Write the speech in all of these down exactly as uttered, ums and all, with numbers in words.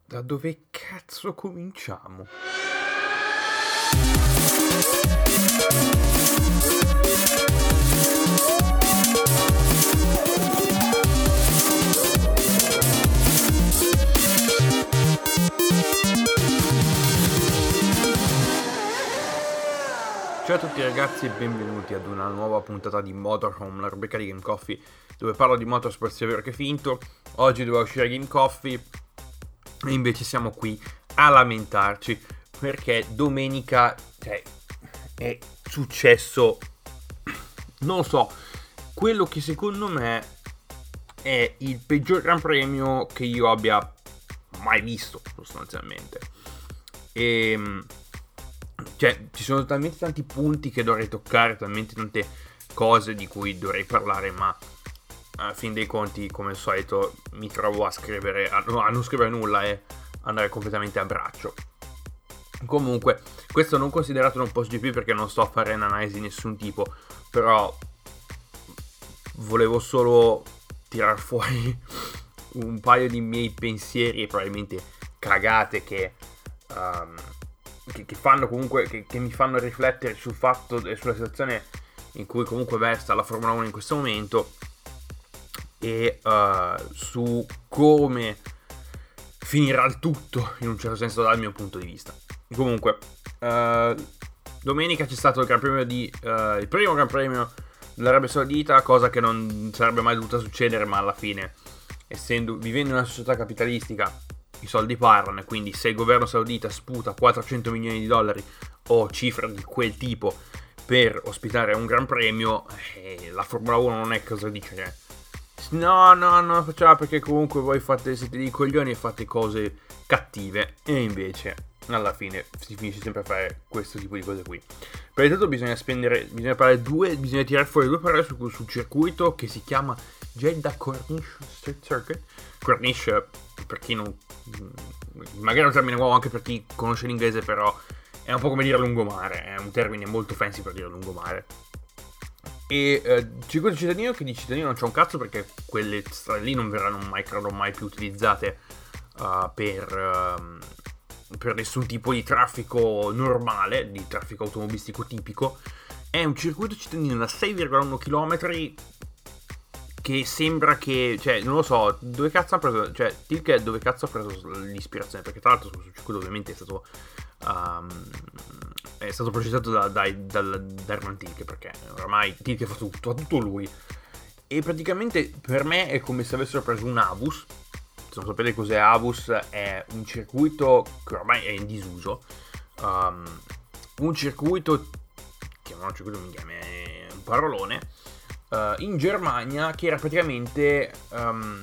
Da dove cazzo cominciamo? Ciao a tutti ragazzi e benvenuti ad una nuova puntata di Motorhome, la rubrica di Game Coffee, dove parlo di motorsport sia vero che finto. Oggi doveva uscire Game Coffee e invece siamo qui a lamentarci perché domenica, cioè, è successo, non so, quello che secondo me è il peggior Gran Premio che io abbia mai visto sostanzialmente. E cioè, ci sono talmente tanti punti che dovrei toccare, talmente tante cose di cui dovrei parlare, ma a fin dei conti, come al solito, mi trovo a scrivere, a, no, a non scrivere nulla e andare completamente a braccio. Comunque, questo non considerato un post G P perché non sto a fare un'analisi di nessun tipo, però volevo solo tirar fuori un paio di miei pensieri e probabilmente cagate che... Um, Che, che fanno comunque che, che mi fanno riflettere sul fatto e sulla situazione in cui comunque versa la Formula uno in questo momento e uh, su come finirà il tutto in un certo senso dal mio punto di vista. Comunque uh, domenica c'è stato il Gran Premio di uh, il primo Gran Premio dell'Arabia Saudita, cosa che non sarebbe mai dovuta succedere, ma alla fine, essendo vivendo in una società capitalistica, i soldi parlano, e quindi se il governo saudita sputa quattrocento milioni di dollari o cifra di quel tipo per ospitare un Gran Premio, eh, la Formula uno non è cosa dice, cioè, no no non facciamo perché comunque voi fate, siete dei coglioni e fate cose cattive, e invece alla fine si finisce sempre a fare questo tipo di cose qui. Per il tutto bisogna spendere, bisogna parlare due, bisogna tirare fuori due parole sul, sul circuito che si chiama Jeddah Corniche Street Circuit. Corniche, per chi non, magari è un termine nuovo anche per chi conosce l'inglese, però è un po' come dire lungomare, è un termine molto fancy per dire lungomare. E eh, circuito cittadino, che di cittadino non c'è un cazzo perché quelle strade lì non verranno mai, credo mai più utilizzate uh, per, uh, per nessun tipo di traffico normale, di traffico automobilistico tipico. È un circuito cittadino da sei virgola uno chilometri che sembra che, cioè, non lo so, dove cazzo ha preso, cioè, Tilke dove cazzo ha preso l'ispirazione, perché tra l'altro sul circuito ovviamente è stato um, è stato progettato da, da, da, da Hermann Tilke, perché oramai Tilke fa tutto, ha tutto lui, e praticamente per me è come se avessero preso un Avus. Se non sapete cos'è Avus, è un circuito che ormai è in disuso, um, un circuito, chiamiamolo circuito, mi chiama, è un parolone, Uh, in Germania, che era praticamente um,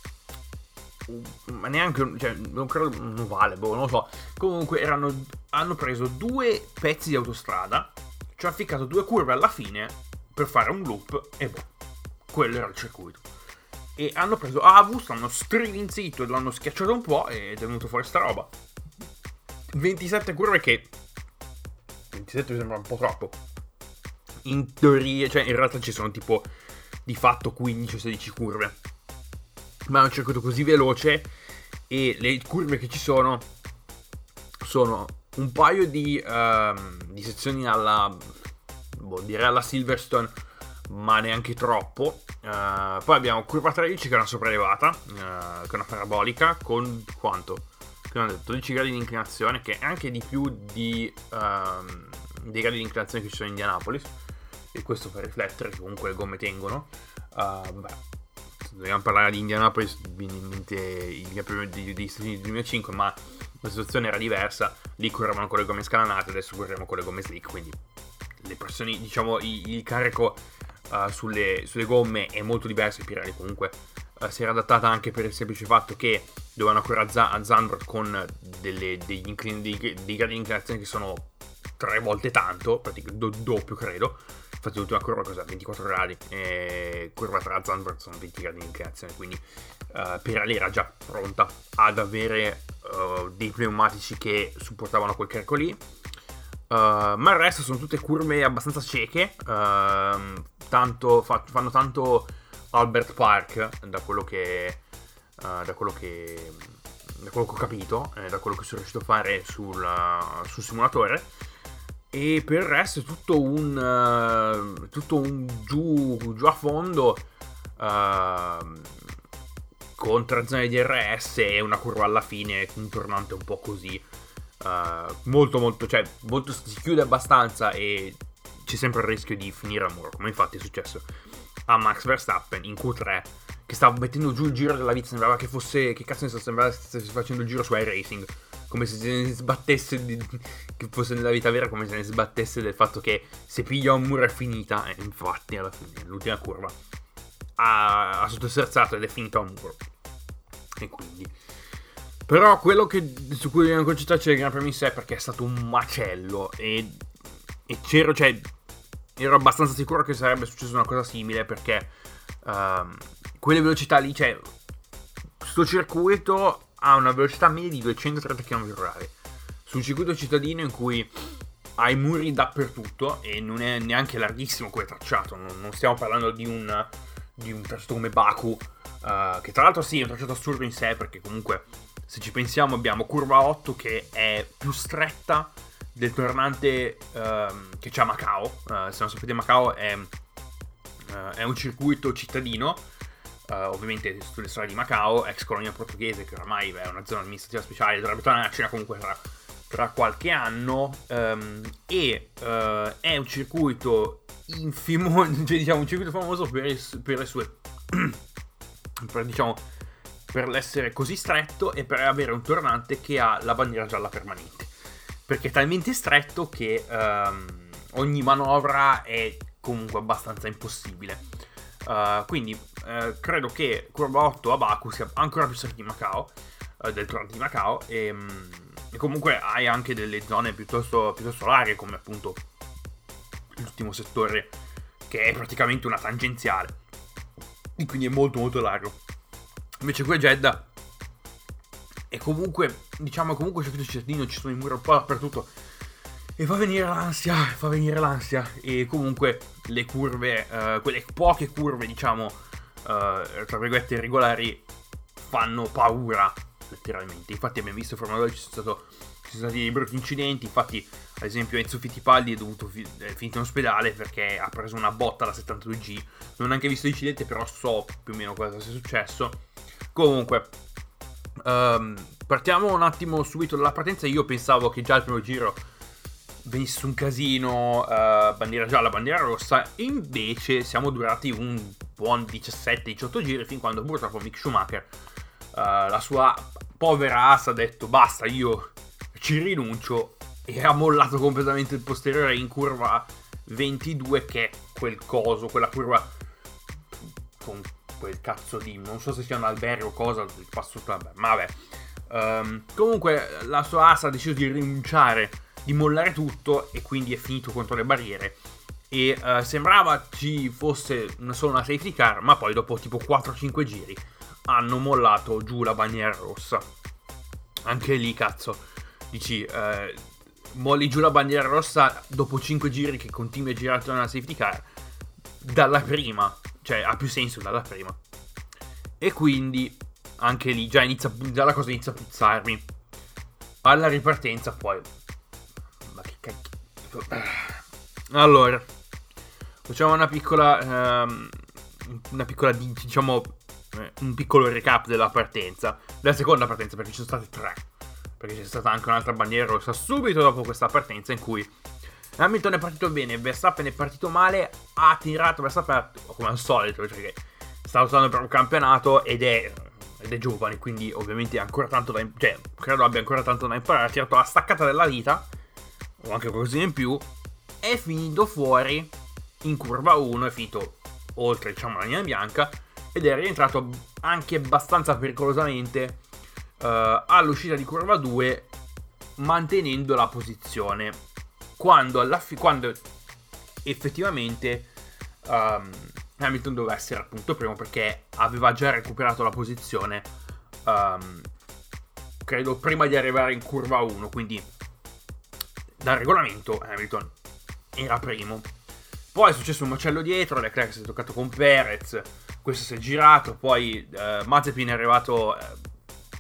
ma neanche, cioè, non credo un ovale, boh, non lo so. Comunque erano, hanno preso due pezzi di autostrada, trafficato due curve alla fine per fare un loop e boh, quello era il circuito. E hanno preso Avus, l'hanno striminzito e l'hanno schiacciato un po' ed è venuto fuori sta roba. ventisette curve, che ventisette mi sembra un po' troppo. In teoria, cioè in realtà ci sono tipo di fatto quindici o sedici curve, ma è un circuito così veloce e le curve che ci sono sono un paio di, um, di sezioni alla, boh, direi alla Silverstone, ma neanche troppo. Uh, poi abbiamo curva tredici che è una sopraelevata, uh, che è una parabolica con quanto? Che hanno detto dodici gradi di inclinazione, che è anche di più di um, dei gradi di inclinazione che ci sono in Indianapolis. E questo fa riflettere che comunque le gomme tengono. Uh, beh, se dobbiamo parlare di Indianapolis, viene in mente il Gran Premio degli Stati Uniti del duemilacinque, ma la situazione era diversa. Lì correvano con le gomme scalanate, adesso corriamo con le gomme slick, quindi le pressioni, diciamo, il, il carico uh, sulle, sulle gomme è molto diverso. Pirelli comunque uh, si era adattata anche per il semplice fatto che dovevano correre a, Z- a Zandvoort con delle, degli inclin- dei, dei gradi di inclinazione che sono tre volte tanto, praticamente do- doppio credo. Infatti l'ultima curva cos'è? ventiquattro gradi, e curva tra Zandvoort sono venti gradi di inclinazione, quindi uh, Pirelli era già pronta ad avere uh, dei pneumatici che supportavano quel carico lì. Uh, ma il resto sono tutte curve abbastanza cieche, uh, tanto, fa- fanno tanto Albert Park da quello che uh, da quello che da quello che ho capito, eh, da quello che sono riuscito a fare sul, sul simulatore. E per il resto è tutto un uh, tutto un giù, giù a fondo, uh, con trazione D R S e una curva alla fine, un tornante un po' così, uh, molto molto, cioè molto, si chiude abbastanza e c'è sempre il rischio di finire a muro, come infatti è successo a Max Verstappen in Q tre, che stava mettendo giù il giro della vita. Sembrava che fosse, che cazzo ne so, sembrava che stesse facendo il giro su iRacing, come se se ne sbattesse di, che fosse nella vita vera, come se ne sbattesse del fatto che se piglia un muro è finita. E infatti alla fine, l'ultima curva ha, ha sottosterzato ed è finito a un muro. E quindi, però quello che, su cui dobbiamo concentrarci del Gran Premio in sé, perché è stato un macello e, e c'ero, cioè ero abbastanza sicuro che sarebbe successa una cosa simile, perché um, quelle velocità lì, cioè sto circuito ha una velocità media di duecentotrenta chilometri orari sul circuito cittadino, in cui hai muri dappertutto e non è neanche larghissimo come tracciato. Non, non stiamo parlando di un, di un tracciato come Baku, uh, che tra l'altro sì, è un tracciato assurdo in sé, perché comunque se ci pensiamo abbiamo curva otto che è più stretta del tornante uh, che c'è a Macao. Uh, se non sapete, Macao è, uh, è un circuito cittadino, Uh, ovviamente sulle strade di Macao, ex colonia portoghese, che ormai è una zona amministrativa speciale, dovrebbe tornare a Cina comunque tra, tra qualche anno, um, e uh, è un circuito infimo, cioè diciamo un circuito famoso per, il, per le sue per, diciamo per l'essere così stretto e per avere un tornante che ha la bandiera gialla permanente, perché è talmente stretto che um, ogni manovra è comunque abbastanza impossibile. Uh, quindi uh, credo che curva otto a Baku sia ancora più stretta di Macao, uh, del tornante di Macao, e, um, e comunque hai anche delle zone piuttosto, piuttosto larghe, come appunto l'ultimo settore, che è praticamente una tangenziale, e quindi è molto molto largo. Invece qui a Jeddah è comunque, diciamo, comunque c'è circuito cittadino, ci sono i muri un po' dappertutto, e fa venire l'ansia, fa venire l'ansia. E comunque le curve, uh, quelle poche curve, diciamo, uh, tra virgolette regolari, fanno paura, letteralmente. Infatti abbiamo visto in Formula due ci sono, stato, ci sono stati dei brutti incidenti. Infatti, ad esempio, Enzo Fittipaldi è dovuto fi- è finito in ospedale perché ha preso una botta da settantadue G. Non ho anche visto l'incidente, però so più o meno cosa sia successo. Comunque, um, partiamo un attimo subito dalla partenza. Io pensavo che già il primo giro venisse un casino, uh, bandiera gialla, bandiera rossa. Invece siamo durati un buon diciassette diciotto giri, fin quando purtroppo Mick Schumacher, uh, la sua povera Haas, ha detto basta, io ci rinuncio, e ha mollato completamente il posteriore in curva ventidue, che è quel coso, quella curva con quel cazzo di, non so se sia un albergo o cosa, il passo, vabbè, ma vabbè. Um, comunque la sua Haas ha deciso di rinunciare, di mollare tutto, e quindi è finito contro le barriere. E uh, sembrava ci fosse una, solo una safety car, ma poi dopo tipo quattro cinque giri hanno mollato giù la bandiera rossa. Anche lì, cazzo, dici, uh, molli giù la bandiera rossa dopo cinque giri che continui a girare nella safety car dalla prima, cioè ha più senso dalla prima. E quindi anche lì già inizia, già la cosa inizia a puzzarmi. Alla ripartenza poi, allora facciamo una piccola um, una piccola, diciamo, un piccolo recap della partenza, della seconda partenza, perché ci sono state tre, perché c'è stata anche un'altra bandiera rossa subito dopo questa partenza, in cui Hamilton è partito bene, Verstappen è partito male, ha tirato Verstappen come al solito, perché sta lottando per un campionato ed è ed è giovane, quindi ovviamente ha ancora tanto da, cioè credo abbia ancora tanto da imparare. Ha tirato la staccata della vita, o anche qualcosa in più, è finito fuori in curva uno, è finito oltre, diciamo, la linea bianca, ed è rientrato anche abbastanza pericolosamente uh, all'uscita di curva due, mantenendo la posizione quando, alla fi- quando effettivamente um, Hamilton doveva essere appunto primo, perché aveva già recuperato la posizione um, credo prima di arrivare in curva uno, quindi dal regolamento Hamilton era primo. Poi è successo un macello dietro, Leclerc si è toccato con Perez, questo si è girato, poi eh, Mazepin è arrivato eh,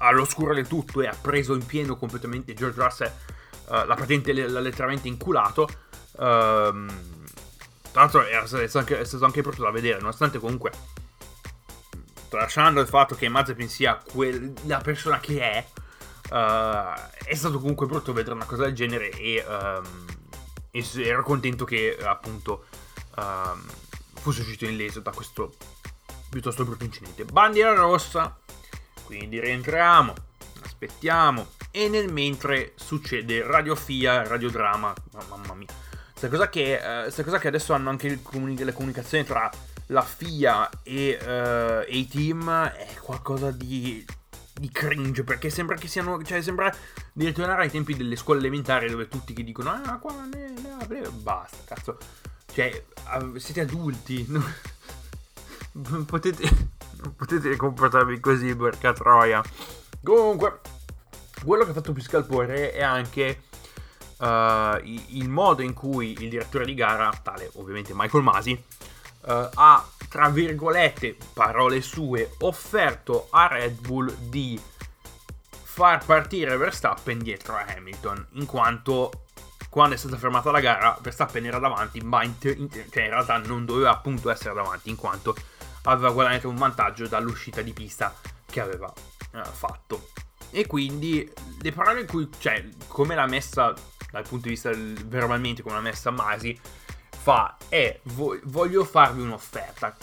all'oscuro del tutto e ha preso in pieno completamente George Russell, uh, la patente l'ha letteralmente inculato. Uh, tra l'altro è stato, anche, è stato anche brutto da vedere, nonostante comunque, tralasciando il fatto che Mazepin sia quel, la persona che è, uh, è stato comunque brutto vedere una cosa del genere e, um, e ero contento che appunto um, fosse uscito illeso da questo piuttosto brutto incidente. Bandiera rossa, quindi rientriamo, aspettiamo, e nel mentre succede Radio F I A, radiodramma, mamma mia, questa cosa che, uh, questa cosa che adesso hanno anche il comuni- le comunicazioni tra la F I A e, uh, e i team è qualcosa di, di cringe, perché sembra che siano, cioè sembra di ritornare ai tempi delle scuole elementari dove tutti che dicono ah qua ne, ne, ne, basta cazzo, cioè siete adulti, non, non potete non potete comportarvi così, porca troia. Comunque quello che ha fatto più scalpore è anche uh, il modo in cui il direttore di gara, tale ovviamente Michael Masi, Uh, ha, tra virgolette, parole sue, offerto a Red Bull di far partire Verstappen dietro a Hamilton, in quanto quando è stata fermata la gara Verstappen era davanti, ma in, te- in, te- cioè in realtà non doveva appunto essere davanti, in quanto aveva guadagnato un vantaggio dall'uscita di pista che aveva uh, fatto. E quindi le parole in cui, cioè come l'ha messa dal punto di vista del, verbalmente, come l'ha messa Masi, fa è vo- voglio farvi un'offerta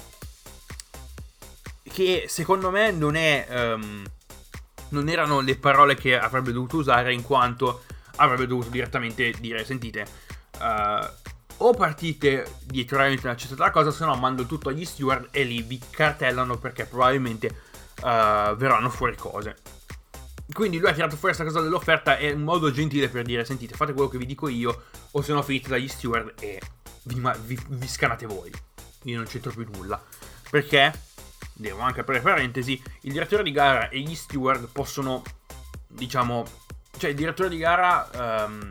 che secondo me non è um, non erano le parole che avrebbe dovuto usare, in quanto avrebbe dovuto direttamente dire sentite uh, o partite dietro Hamilton, accettate la cosa, se no mando tutto agli steward e lì vi cartellano perché probabilmente uh, verranno fuori cose. Quindi lui ha tirato fuori questa cosa dell'offerta, è un modo gentile per dire sentite fate quello che vi dico io o se no finite dagli steward e Vi, vi, vi scanate voi, io non c'entro più nulla, perché devo anche aprire parentesi, il direttore di gara e gli steward possono, diciamo, cioè il direttore di gara um,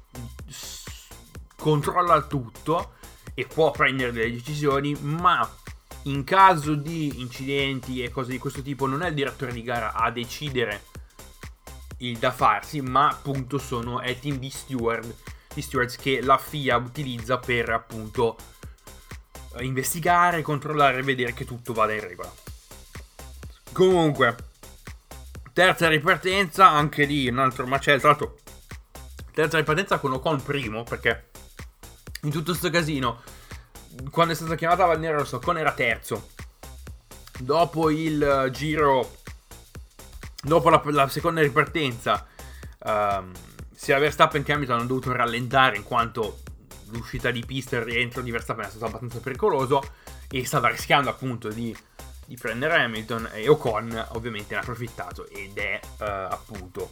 s- controlla tutto e può prendere delle decisioni, ma in caso di incidenti e cose di questo tipo non è il direttore di gara a decidere il da farsi, ma appunto sono è il team di steward di stewards che la F I A utilizza per appunto investigare, controllare e vedere che tutto vada in regola. Comunque terza ripartenza, anche lì un altro macello, tra l'altro terza ripartenza con Ocon primo, perché in tutto sto casino quando è stata chiamata la bandiera rossa Ocon era terzo, dopo il giro dopo la, la seconda ripartenza um, sia Verstappen che Hamilton hanno dovuto rallentare, in quanto l'uscita di pista e il rientro di Verstappen è stato abbastanza pericoloso e stava rischiando appunto di, di prendere Hamilton, e Ocon ovviamente ne ha approfittato ed è uh, appunto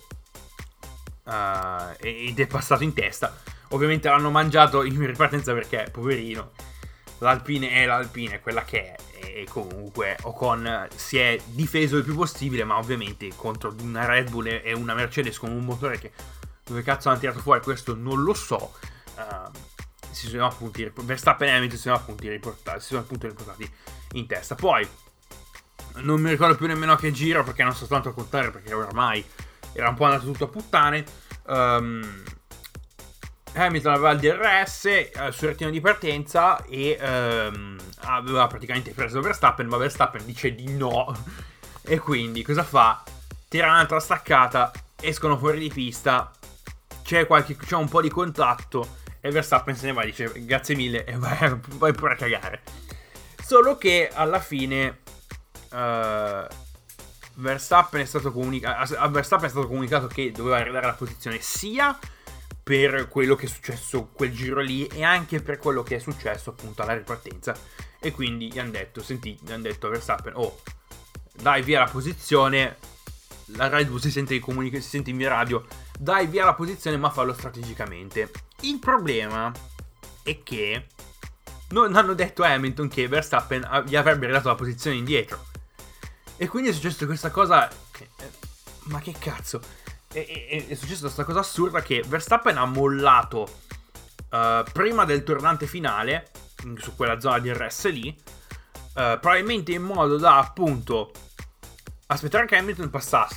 uh, ed è passato in testa. Ovviamente l'hanno mangiato in ripartenza perché poverino l'Alpine è l'Alpine, è quella che è, e comunque Ocon si è difeso il più possibile, ma ovviamente contro una Red Bull e una Mercedes con un motore che dove cazzo hanno tirato fuori questo non lo so. Uh, si sono appunto Verstappen e Hamilton si sono appunto riportati, si sono appunto riportati in testa. Poi non mi ricordo più nemmeno a che giro, perché non sto tanto a contare, perché ormai era un po' andato tutto a puttane. um, Hamilton aveva il D R S uh, sul rettilineo di partenza e um, aveva praticamente preso Verstappen, ma Verstappen dice di no e quindi cosa fa? Tira un'altra staccata, escono fuori di pista, c'è, qualche, c'è un po' di contatto e Verstappen se ne va e dice grazie mille e vai, vai pure a cagare. Solo che alla fine uh, Verstappen è stato comunicato a Verstappen è stato comunicato che doveva ridare la posizione sia per quello che è successo quel giro lì e anche per quello che è successo appunto alla ripartenza, e quindi gli hanno detto senti gli hanno detto a Verstappen oh dai via la posizione, la Red Bull si sente in comunica, si sente in via radio, dai via la posizione ma fallo strategicamente. Il problema è che non hanno detto a Hamilton che Verstappen gli avrebbe ridato la posizione indietro, e quindi è successo questa cosa che, ma che cazzo è, è, è successa questa cosa assurda che Verstappen ha mollato uh, prima del tornante finale su quella zona di R S lì, uh, probabilmente in modo da appunto aspettare che Hamilton passasse,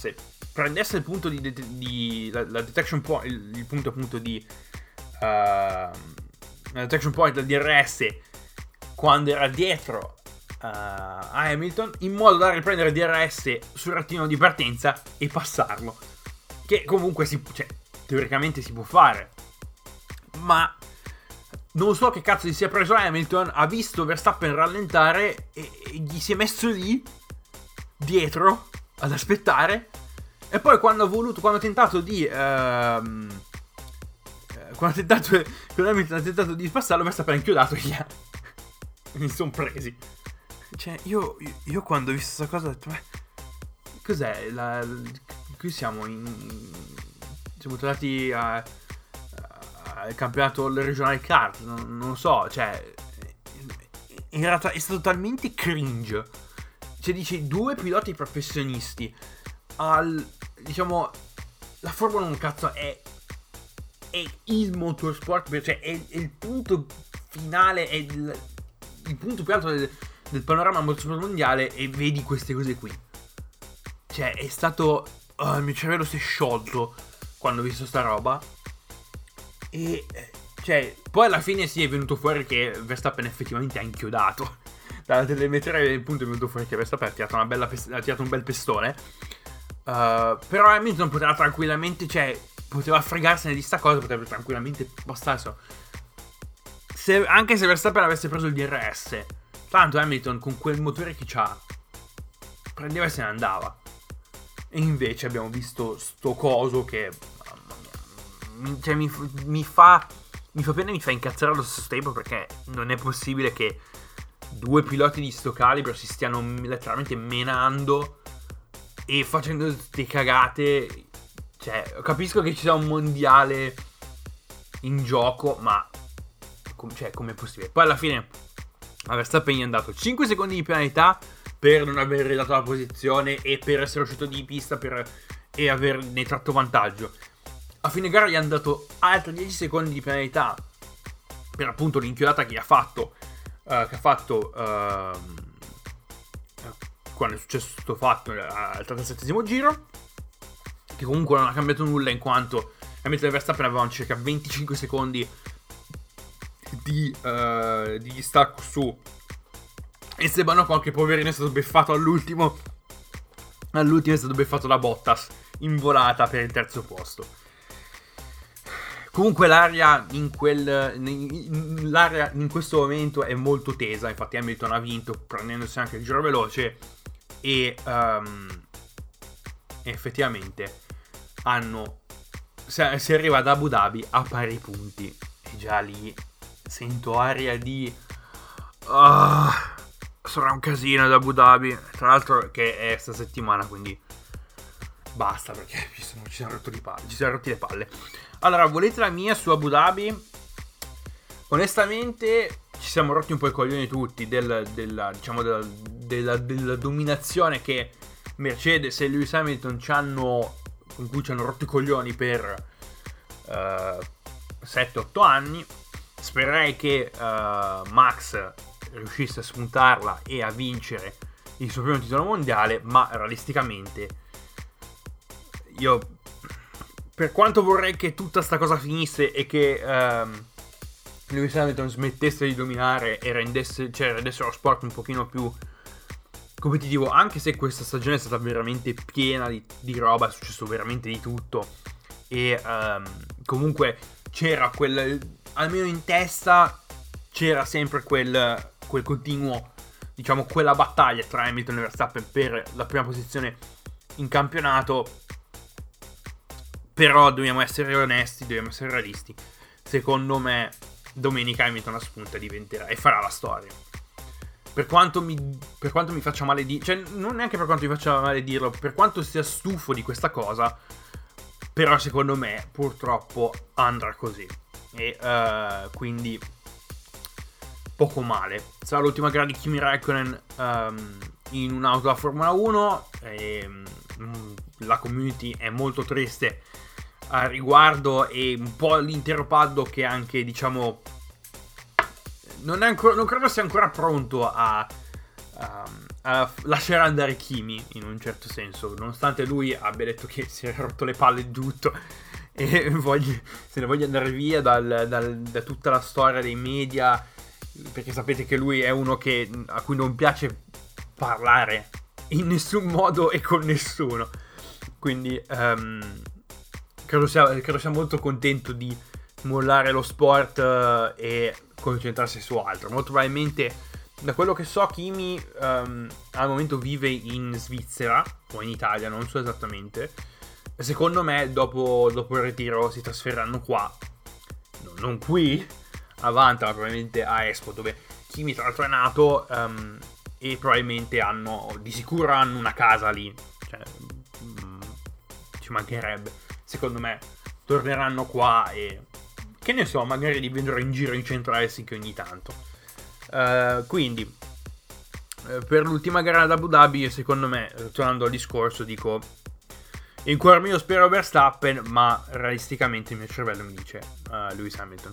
prendesse il punto di, de- di la, la detection point, il, il punto appunto di uh, la detection point del D R S quando era dietro uh, a Hamilton, in modo da riprendere il D R S sul rattino di partenza e passarlo, che comunque si, cioè, teoricamente si può fare, ma non so che cazzo gli sia preso Hamilton, ha visto Verstappen rallentare e, e gli si è messo lì dietro ad aspettare, e poi quando ha voluto, quando ha tentato di ehm, quando ha tentato quando Hamilton ha tentato di passarlo, Verstappen ha inchiodato e gli ha mi sono presi. Cioè io, io quando ho visto questa cosa ho detto, beh, cos'è la, qui siamo in siamo tornati a il campionato regionale kart, non, non lo so, cioè in realtà è stato talmente cringe, cioè dici due piloti professionisti al, diciamo, la Formula uno cazzo è è il motorsport, cioè è, è il punto finale, è il, il punto più alto del, del panorama motorsport mondiale, e vedi queste cose qui, cioè è stato oh, il mio cervello si è sciolto quando ho visto sta roba. E cioè poi alla fine si è venuto fuori che Verstappen effettivamente ha inchiodato dalla telemetria, del punto è venuto fuori che Verstappen ha tirato una bella pes- ha tirato un bel pestone, uh, però Hamilton poteva tranquillamente, cioè poteva fregarsene di sta cosa, poteva tranquillamente bastarselo, se, anche se Verstappen avesse preso il D R S, tanto Hamilton con quel motore che c'ha prendeva e se ne andava, e invece abbiamo visto sto coso che cioè mi, mi fa mi fa pena e mi fa incazzare allo stesso tempo, perché non è possibile che due piloti di sto calibro si stiano letteralmente menando e facendo queste cagate. Cioè capisco che ci sia un mondiale in gioco, ma com- cioè com'è possibile? Poi alla fine a Verstappen gli è andato cinque secondi di penalità per non aver ridato la posizione e per essere uscito di pista per, e averne tratto vantaggio. A fine gara gli hanno dato altri dieci secondi di penalità per appunto l'inchiodata che ha fatto uh, che ha fatto uh, quando è successo questo fatto al trentasettesimo giro, che comunque non ha cambiato nulla, in quanto Hamilton e Verstappen avevano circa venticinque secondi di, uh, di distacco su Esteban Ocon, che poverino è stato beffato all'ultimo all'ultimo è stato beffato da Bottas in volata per il terzo posto. Comunque l'aria in quel in, l'aria in questo momento è molto tesa, infatti Hamilton ha vinto prendendosi anche il giro veloce e um, effettivamente hanno se, si arriva ad Abu Dhabi a pari punti, e già lì sento aria di uh, sarà un casino ad Abu Dhabi, tra l'altro che è sta settimana, quindi basta, perché ci siamo, ci siamo rotti di palle, ci siamo rotti le palle. Allora, volete la mia su Abu Dhabi? Onestamente ci siamo rotti un po' i coglioni tutti del, della, diciamo della, della, della dominazione che Mercedes e Lewis Hamilton ci hanno, con cui ci hanno rotto i coglioni per uh, sette otto anni. Spererei che uh, Max riuscisse a spuntarla e a vincere il suo primo titolo mondiale, ma realisticamente io, per quanto vorrei che tutta sta cosa finisse e che um, Lewis Hamilton smettesse di dominare e rendesse, cioè rendesse lo sport un pochino più competitivo, anche se questa stagione è stata veramente piena di, di roba, è successo veramente di tutto, e um, comunque c'era quel, almeno in testa c'era sempre quel, quel continuo, diciamo quella battaglia tra Hamilton e Verstappen per la prima posizione in campionato. Però dobbiamo essere onesti, dobbiamo essere realisti. Secondo me domenica Hamilton a spunta diventerà e farà la storia. Per quanto mi, per quanto mi faccia male di, cioè non neanche per quanto mi faccia male dirlo, per quanto sia stufo di questa cosa, però secondo me purtroppo andrà così. E uh, quindi poco male. Sarà l'ultima gara di Kimi Räikkönen um, in un'auto da Formula uno, e um, la community è molto triste a riguardo, e un po' l'intero paddock che anche, diciamo, non, è ancora, non credo sia ancora pronto a, a, uh, lascerà andare Kimi in un certo senso, nonostante lui abbia detto che si è rotto le palle di tutto e voglia, se ne voglia andare via dal, dal, da tutta la storia dei media, perché sapete che lui è uno che, a cui non piace parlare in nessun modo e con nessuno, quindi um, credo, sia, credo sia molto contento di mollare lo sport uh, e concentrarsi su altro. Molto probabilmente, da quello che so, Kimi um, al momento vive in Svizzera o in Italia, non so esattamente. Secondo me dopo, dopo il ritiro si trasferiranno qua, no, non qui a Vanta, ma probabilmente a Espoo, dove Kimi tra l'altro è nato, um, e probabilmente hanno, di sicuro hanno una casa lì, cioè mm, ci mancherebbe. Secondo me torneranno qua e, che ne so, magari li vedrò in giro in centro a Helsinki ogni tanto. Uh, quindi uh, per l'ultima gara ad Abu Dhabi, secondo me, tornando al discorso, dico, in cuore mio spero Verstappen, ma realisticamente il mio cervello mi dice uh, Lewis Hamilton.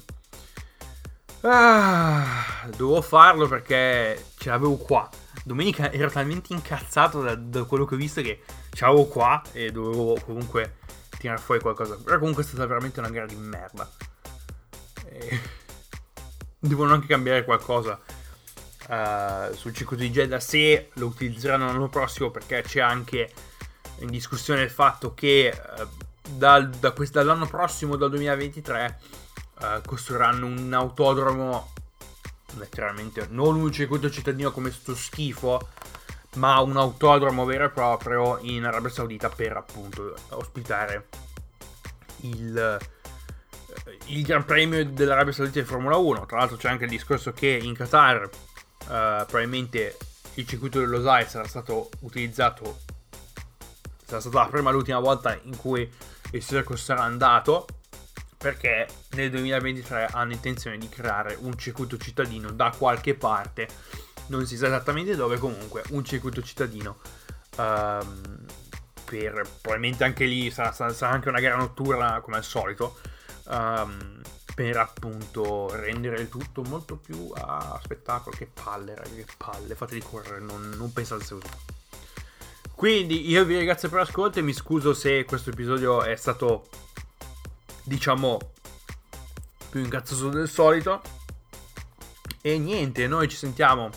Ah, dovevo farlo perché ce l'avevo qua. Domenica ero talmente incazzato da, da quello che ho visto che ce l'avevo qua e dovevo comunque tirare fuori qualcosa. Però comunque è stata veramente una gara di merda. E devono anche cambiare qualcosa uh, sul circuito di Jeddah, se lo utilizzeranno l'anno prossimo, perché c'è anche in discussione il fatto che uh, dal, da quest- dall'anno prossimo, dal duemilaventitré, uh, costruiranno un autodromo, letteralmente non un circuito cittadino come sto schifo, ma un autodromo vero e proprio in Arabia Saudita per appunto ospitare il il Gran Premio dell'Arabia Saudita di Formula uno. Tra l'altro c'è anche il discorso che in Qatar uh, probabilmente il circuito dello S A I sarà stato utilizzato, sarà stata la prima e l'ultima volta in cui il circo sarà andato, perché nel duemilaventitré hanno intenzione di creare un circuito cittadino da qualche parte, non si sa esattamente dove, comunque un circuito cittadino, um, per probabilmente anche lì sarà, sarà anche una gara notturna come al solito, Um, per appunto rendere il tutto molto più a spettacolo. Che palle, ragazzi, che palle, fate di correre, non, non pensate su. Quindi io vi ringrazio per l'ascolto e mi scuso se questo episodio è stato, diciamo, più incazzoso del solito. E niente, noi ci sentiamo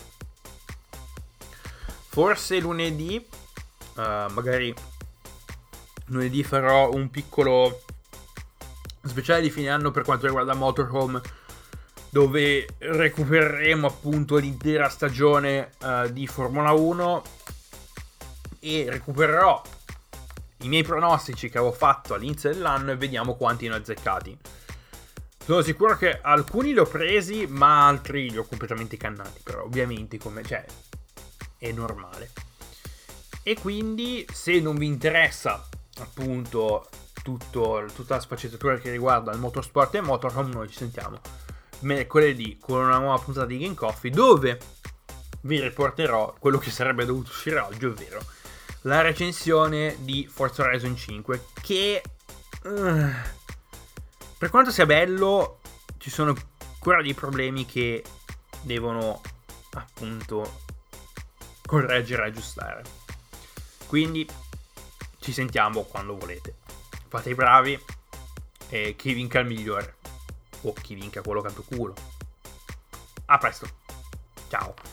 forse lunedì, uh, magari lunedì farò un piccolo speciale di fine anno per quanto riguarda Motorhome, dove recupereremo appunto l'intera stagione uh, di Formula uno e recupererò i miei pronostici che avevo fatto all'inizio dell'anno e vediamo quanti ne ho azzeccati. Sono sicuro che alcuni li ho presi, ma altri li ho completamente cannati, però ovviamente come, cioè, è normale. E quindi se non vi interessa appunto Tutto, tutta la sfaccettatura che riguarda il motorsport e Motorhome, noi ci sentiamo mercoledì con una nuova puntata di Game Coffee, dove vi riporterò quello che sarebbe dovuto uscire oggi, ovvero la recensione di Forza Horizon cinque, che uh, per quanto sia bello ci sono ancora dei problemi che devono appunto correggere e aggiustare. Quindi ci sentiamo quando volete. Fate i bravi e chi vinca il migliore, o chi vinca quello canto culo. A presto, ciao.